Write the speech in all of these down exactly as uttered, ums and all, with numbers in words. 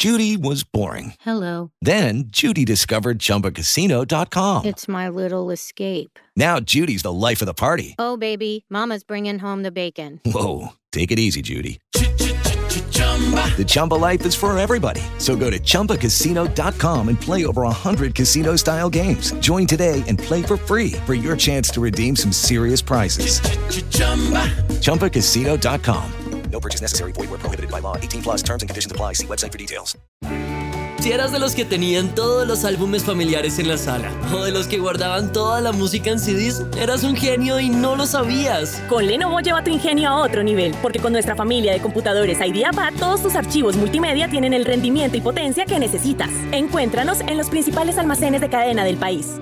Judy was boring. Hello. Then Judy discovered Chumba Casino dot com. It's my little escape. Now Judy's the life of the party. Oh, baby, mama's bringing home the bacon. Whoa, take it easy, Judy. The Chumba life is for everybody. So go to Chumba Casino dot com and play over one hundred casino-style games. Join today and play for free for your chance to redeem some serious prizes. Chumba Casino dot com. No purchase necessary. Void where prohibited by law. eighteen plus terms and conditions apply. See website for details. Si eras de los que tenían todos los álbumes familiares en la sala o de los que guardaban toda la música en C Ds, eras un genio y no lo sabías. Con Lenovo lleva tu ingenio a otro nivel, porque con nuestra familia de computadores IdeaPad, todos tus archivos multimedia tienen el rendimiento y potencia que necesitas. Encuéntranos en los principales almacenes de cadena del país.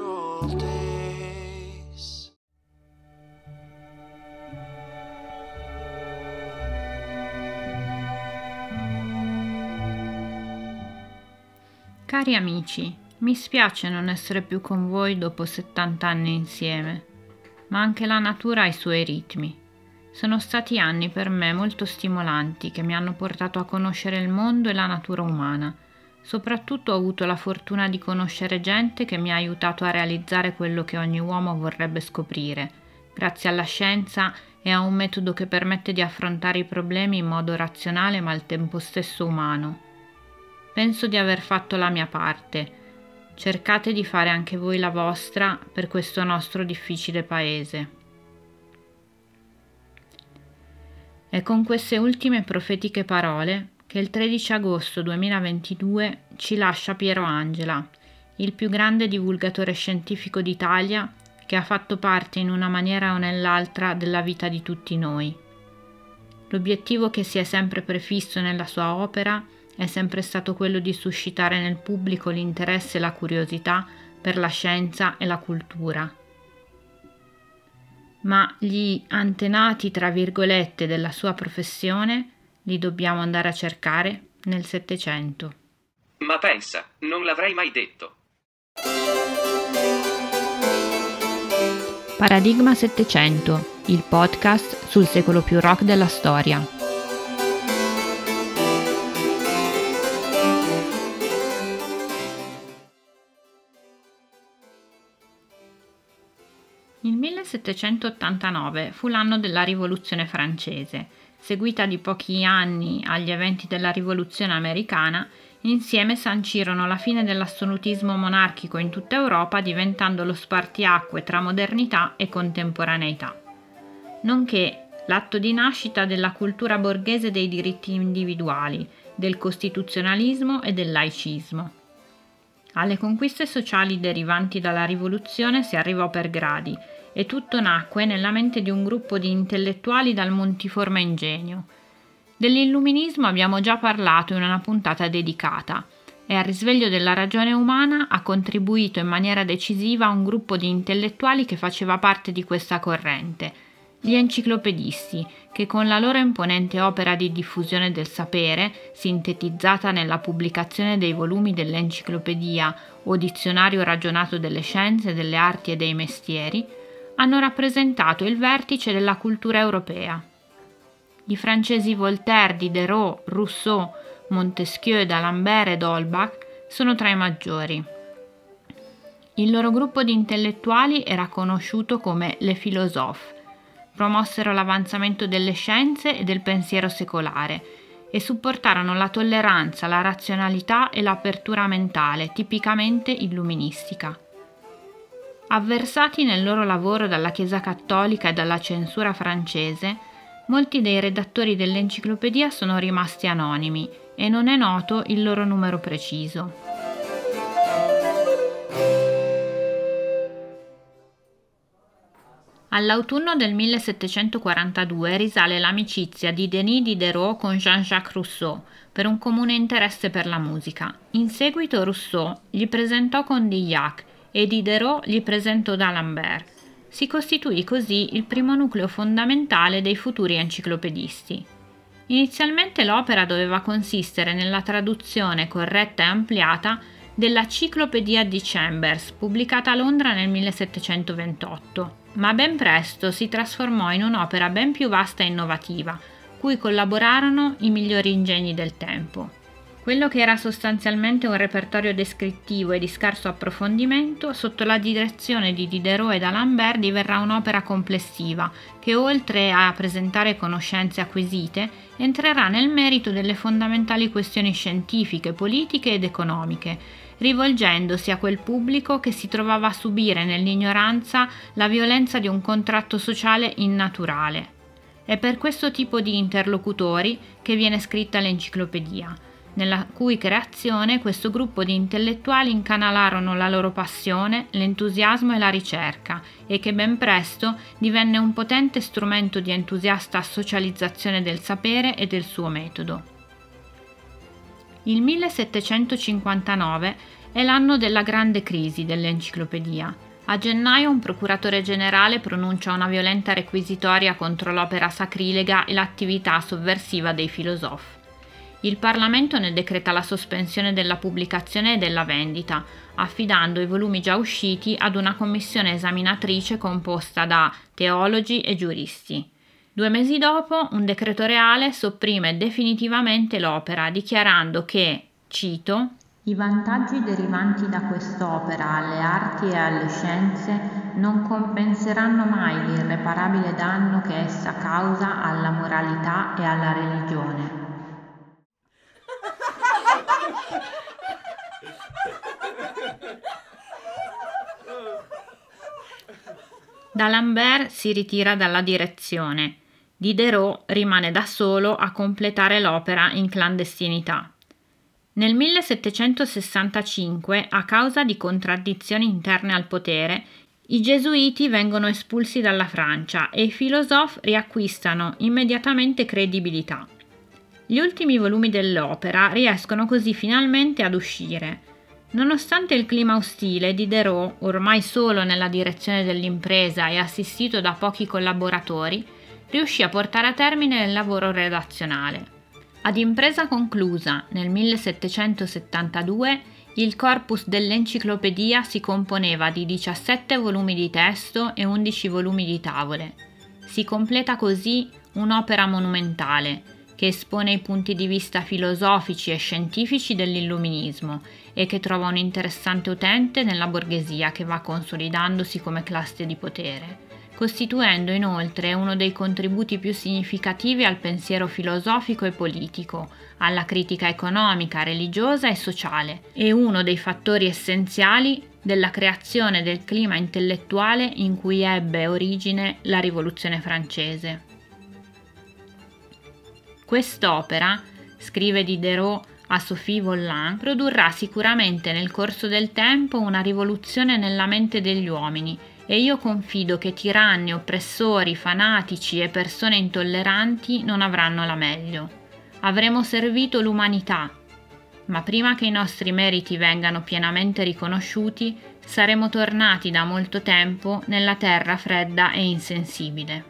Cari amici, mi spiace non essere più con voi dopo settanta anni insieme, ma anche la natura ha i suoi ritmi. Sono stati anni per me molto stimolanti che mi hanno portato a conoscere il mondo e la natura umana. Soprattutto ho avuto la fortuna di conoscere gente che mi ha aiutato a realizzare quello che ogni uomo vorrebbe scoprire, grazie alla scienza e a un metodo che permette di affrontare i problemi in modo razionale ma al tempo stesso umano. Penso di aver fatto la mia parte. Cercate di fare anche voi la vostra per questo nostro difficile paese. È con queste ultime profetiche parole che il tredici agosto duemilaventidue ci lascia Piero Angela, il più grande divulgatore scientifico d'Italia che ha fatto parte in una maniera o nell'altra della vita di tutti noi. L'obiettivo che si è sempre prefisso nella sua opera è sempre stato quello di suscitare nel pubblico l'interesse e la curiosità per la scienza e la cultura. Ma gli antenati, tra virgolette, della sua professione li dobbiamo andare a cercare nel Settecento. Ma pensa, non l'avrei mai detto. Paradigma Settecento, il podcast sul secolo più rock della storia. Il millesettecentottantanove fu l'anno della Rivoluzione francese, seguita di pochi anni agli eventi della Rivoluzione americana. Insieme sancirono la fine dell'assolutismo monarchico in tutta Europa, diventando lo spartiacque tra modernità e contemporaneità, nonché l'atto di nascita della cultura borghese dei diritti individuali, del costituzionalismo e del laicismo. Alle conquiste sociali derivanti dalla rivoluzione si arrivò per gradi e tutto nacque nella mente di un gruppo di intellettuali dal montiforme ingegno. Dell'illuminismo abbiamo già parlato in una puntata dedicata e al risveglio della ragione umana ha contribuito in maniera decisiva un gruppo di intellettuali che faceva parte di questa corrente, gli enciclopedisti, che con la loro imponente opera di diffusione del sapere, sintetizzata nella pubblicazione dei volumi dell'Enciclopedia o Dizionario ragionato delle scienze, delle arti e dei mestieri, hanno rappresentato il vertice della cultura europea. I francesi Voltaire, Diderot, Rousseau, Montesquieu, d'Alembert ed Holbach sono tra i maggiori. Il loro gruppo di intellettuali era conosciuto come les philosophes. Promossero l'avanzamento delle scienze e del pensiero secolare e supportarono la tolleranza, la razionalità e l'apertura mentale, tipicamente illuministica. Avversati nel loro lavoro dalla Chiesa cattolica e dalla censura francese, molti dei redattori dell'enciclopedia sono rimasti anonimi e non è noto il loro numero preciso. All'autunno del millesettecentoquarantadue risale l'amicizia di Denis Diderot con Jean-Jacques Rousseau per un comune interesse per la musica. In seguito Rousseau gli presentò Condillac e Diderot gli presentò d'Alembert. Si costituì così il primo nucleo fondamentale dei futuri enciclopedisti. Inizialmente l'opera doveva consistere nella traduzione corretta e ampliata della Cyclopedia di Chambers, pubblicata a Londra nel millesettecentoventotto, ma ben presto si trasformò in un'opera ben più vasta e innovativa, cui collaborarono i migliori ingegni del tempo. Quello che era sostanzialmente un repertorio descrittivo e di scarso approfondimento, sotto la direzione di Diderot e d'Alembert diverrà un'opera complessiva che, oltre a presentare conoscenze acquisite, entrerà nel merito delle fondamentali questioni scientifiche, politiche ed economiche, rivolgendosi a quel pubblico che si trovava a subire nell'ignoranza la violenza di un contratto sociale innaturale. È per questo tipo di interlocutori che viene scritta l'enciclopedia, nella cui creazione questo gruppo di intellettuali incanalarono la loro passione, l'entusiasmo e la ricerca, e che ben presto divenne un potente strumento di entusiasta socializzazione del sapere e del suo metodo. Il millesettecentocinquantanove è l'anno della grande crisi dell'enciclopedia. A gennaio un procuratore generale pronuncia una violenta requisitoria contro l'opera sacrilega e l'attività sovversiva dei filosofi. Il Parlamento ne decreta la sospensione della pubblicazione e della vendita, affidando i volumi già usciti ad una commissione esaminatrice composta da teologi e giuristi. Due mesi dopo, un decreto reale sopprime definitivamente l'opera, dichiarando che, cito, «I vantaggi derivanti da quest'opera alle arti e alle scienze non compenseranno mai l'irreparabile danno che essa causa alla moralità e alla religione». D'Alembert si ritira dalla direzione. Diderot rimane da solo a completare l'opera in clandestinità. Nel millesettecentosessantacinque, a causa di contraddizioni interne al potere, i gesuiti vengono espulsi dalla Francia e i filosofi riacquistano immediatamente credibilità. Gli ultimi volumi dell'opera riescono così finalmente ad uscire. Nonostante il clima ostile, Diderot, ormai solo nella direzione dell'impresa e assistito da pochi collaboratori, riuscì a portare a termine il lavoro redazionale. Ad impresa conclusa, nel millesettecentosettantadue, il corpus dell'enciclopedia si componeva di diciassette volumi di testo e undici volumi di tavole. Si completa così un'opera monumentale, che espone i punti di vista filosofici e scientifici dell'illuminismo e che trova un interessante utente nella borghesia che va consolidandosi come classe di potere, costituendo inoltre uno dei contributi più significativi al pensiero filosofico e politico, alla critica economica, religiosa e sociale, e uno dei fattori essenziali della creazione del clima intellettuale in cui ebbe origine la Rivoluzione francese. Quest'opera, scrive Diderot a Sophie Volland, produrrà sicuramente nel corso del tempo una rivoluzione nella mente degli uomini e io confido che tiranni, oppressori, fanatici e persone intolleranti non avranno la meglio. Avremo servito l'umanità, ma prima che i nostri meriti vengano pienamente riconosciuti, saremo tornati da molto tempo nella terra fredda e insensibile.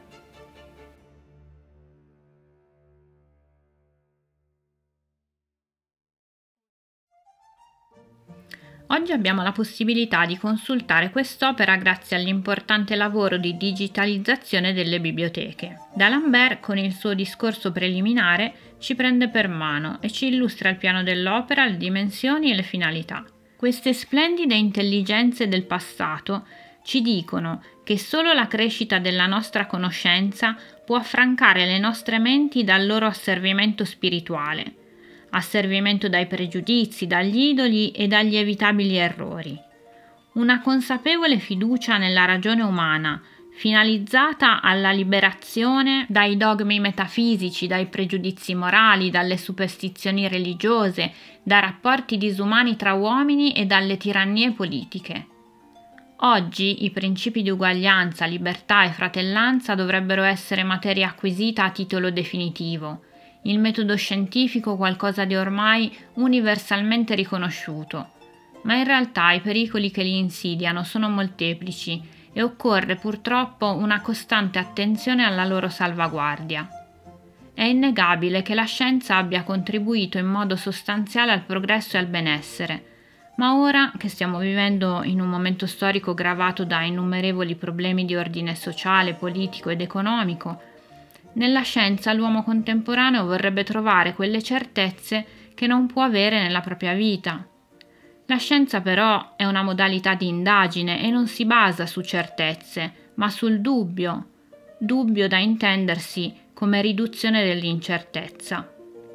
Oggi abbiamo la possibilità di consultare quest'opera grazie all'importante lavoro di digitalizzazione delle biblioteche. D'Alembert, con il suo discorso preliminare, ci prende per mano e ci illustra il piano dell'opera, le dimensioni e le finalità. Queste splendide intelligenze del passato ci dicono che solo la crescita della nostra conoscenza può affrancare le nostre menti dal loro asservimento spirituale, asservimento dai pregiudizi, dagli idoli e dagli evitabili errori. Una consapevole fiducia nella ragione umana, finalizzata alla liberazione dai dogmi metafisici, dai pregiudizi morali, dalle superstizioni religiose, da rapporti disumani tra uomini e dalle tirannie politiche. Oggi i principi di uguaglianza, libertà e fratellanza dovrebbero essere materia acquisita a titolo definitivo, il metodo scientifico qualcosa di ormai universalmente riconosciuto, ma in realtà i pericoli che li insidiano sono molteplici e occorre purtroppo una costante attenzione alla loro salvaguardia. È innegabile che la scienza abbia contribuito in modo sostanziale al progresso e al benessere, ma ora che stiamo vivendo in un momento storico gravato da innumerevoli problemi di ordine sociale, politico ed economico, nella scienza l'uomo contemporaneo vorrebbe trovare quelle certezze che non può avere nella propria vita. La scienza però è una modalità di indagine e non si basa su certezze, ma sul dubbio, dubbio da intendersi come riduzione dell'incertezza.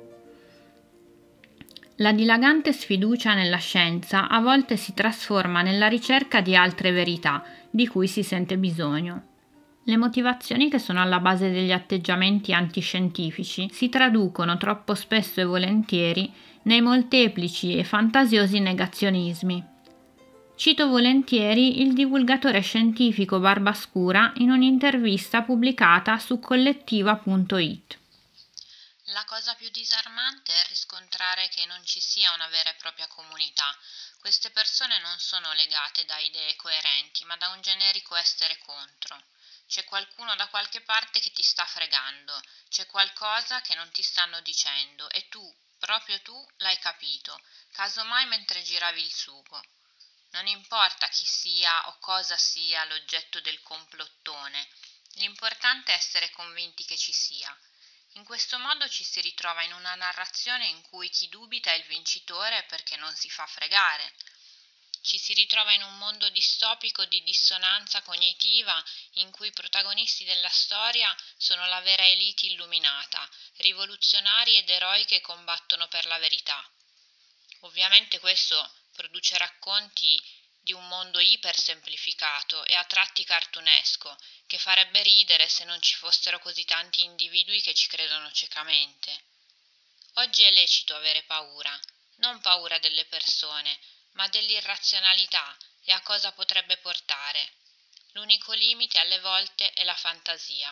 La dilagante sfiducia nella scienza a volte si trasforma nella ricerca di altre verità di cui si sente bisogno. Le motivazioni che sono alla base degli atteggiamenti antiscientifici si traducono troppo spesso e volentieri nei molteplici e fantasiosi negazionismi. Cito volentieri il divulgatore scientifico Barbascura in un'intervista pubblicata su collettiva punto it. La cosa più disarmante è riscontrare che non ci sia una vera e propria comunità. Queste persone non sono legate da idee coerenti, ma da un generico essere contro. C'è qualcuno da qualche parte che ti sta fregando, c'è qualcosa che non ti stanno dicendo e tu, proprio tu, l'hai capito, casomai mentre giravi il sugo. Non importa chi sia o cosa sia l'oggetto del complottone, l'importante è essere convinti che ci sia. In questo modo ci si ritrova in una narrazione in cui chi dubita è il vincitore perché non si fa fregare. Ci si ritrova in un mondo distopico di dissonanza cognitiva in cui i protagonisti della storia sono la vera elite illuminata, rivoluzionari ed eroi che combattono per la verità. Ovviamente questo produce racconti di un mondo ipersemplificato e a tratti cartunesco, che farebbe ridere se non ci fossero così tanti individui che ci credono ciecamente. Oggi è lecito avere paura, non paura delle persone, ma dell'irrazionalità e a cosa potrebbe portare. L'unico limite alle volte è la fantasia.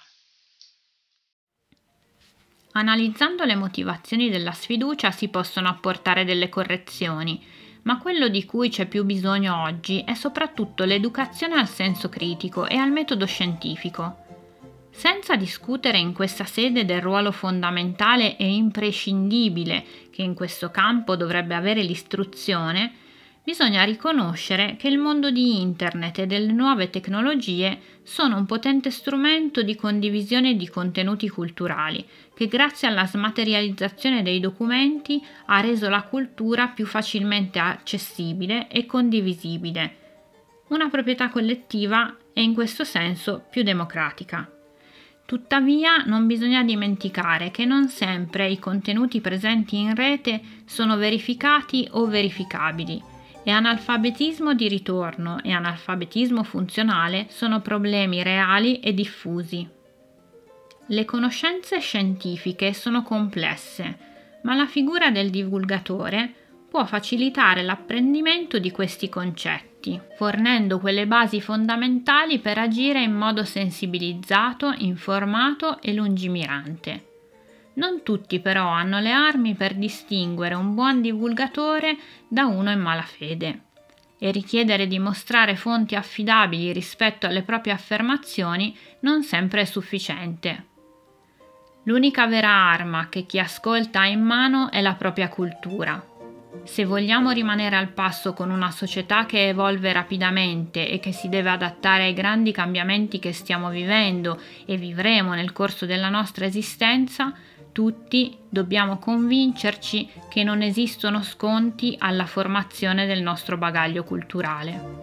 Analizzando le motivazioni della sfiducia si possono apportare delle correzioni, ma quello di cui c'è più bisogno oggi è soprattutto l'educazione al senso critico e al metodo scientifico. Senza discutere in questa sede del ruolo fondamentale e imprescindibile che in questo campo dovrebbe avere l'istruzione, bisogna riconoscere che il mondo di Internet e delle nuove tecnologie sono un potente strumento di condivisione di contenuti culturali che grazie alla smaterializzazione dei documenti ha reso la cultura più facilmente accessibile e condivisibile. Una proprietà collettiva e in questo senso più democratica. Tuttavia non bisogna dimenticare che non sempre i contenuti presenti in rete sono verificati o verificabili. E analfabetismo di ritorno e analfabetismo funzionale sono problemi reali e diffusi. Le conoscenze scientifiche sono complesse, ma la figura del divulgatore può facilitare l'apprendimento di questi concetti, fornendo quelle basi fondamentali per agire in modo sensibilizzato, informato e lungimirante. Non tutti però hanno le armi per distinguere un buon divulgatore da uno in malafede e richiedere di mostrare fonti affidabili rispetto alle proprie affermazioni non sempre è sufficiente. L'unica vera arma che chi ascolta ha in mano è la propria cultura. Se vogliamo rimanere al passo con una società che evolve rapidamente e che si deve adattare ai grandi cambiamenti che stiamo vivendo e vivremo nel corso della nostra esistenza, tutti dobbiamo convincerci che non esistono sconti alla formazione del nostro bagaglio culturale.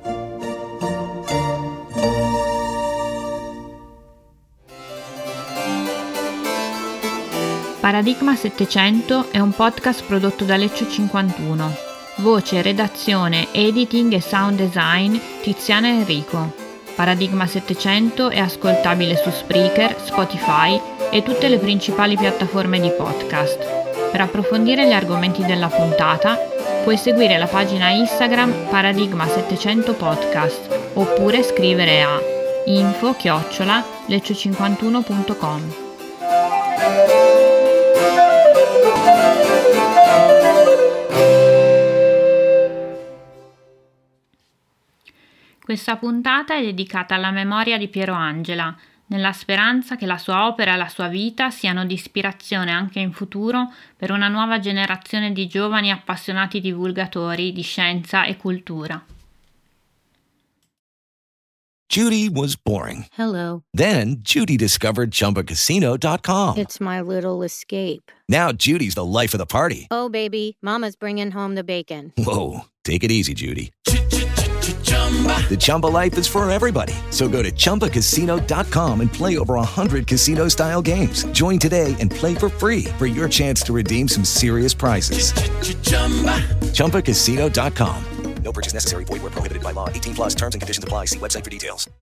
Paradigma settecento è un podcast prodotto da Leccio cinquantuno. Voce, redazione, editing e sound design Tiziana Enrico. Paradigma settecento è ascoltabile su Spreaker, Spotify e tutte le principali piattaforme di podcast. Per approfondire gli argomenti della puntata, puoi seguire la pagina Instagram Paradigma settecento Podcast oppure scrivere a info chiocciola leccio cinquantuno punto com. Questa puntata è dedicata alla memoria di Piero Angela, nella speranza che la sua opera e la sua vita siano di ispirazione anche in futuro per una nuova generazione di giovani appassionati divulgatori di scienza e cultura. Judy was boring. Hello. Then Judy discovered Chumba Casino dot com. It's my little escape. Now Judy's the life of the party. Oh, baby, mama's bringing home the bacon. Whoa, take it easy, Judy. The Chumba life is for everybody. So go to Chumba Casino dot com and play over one hundred casino-style games. Join today and play for free for your chance to redeem some serious prizes. Chumba Casino dot com. No purchase necessary. Void where prohibited by law. eighteen plus terms and conditions apply. See website for details.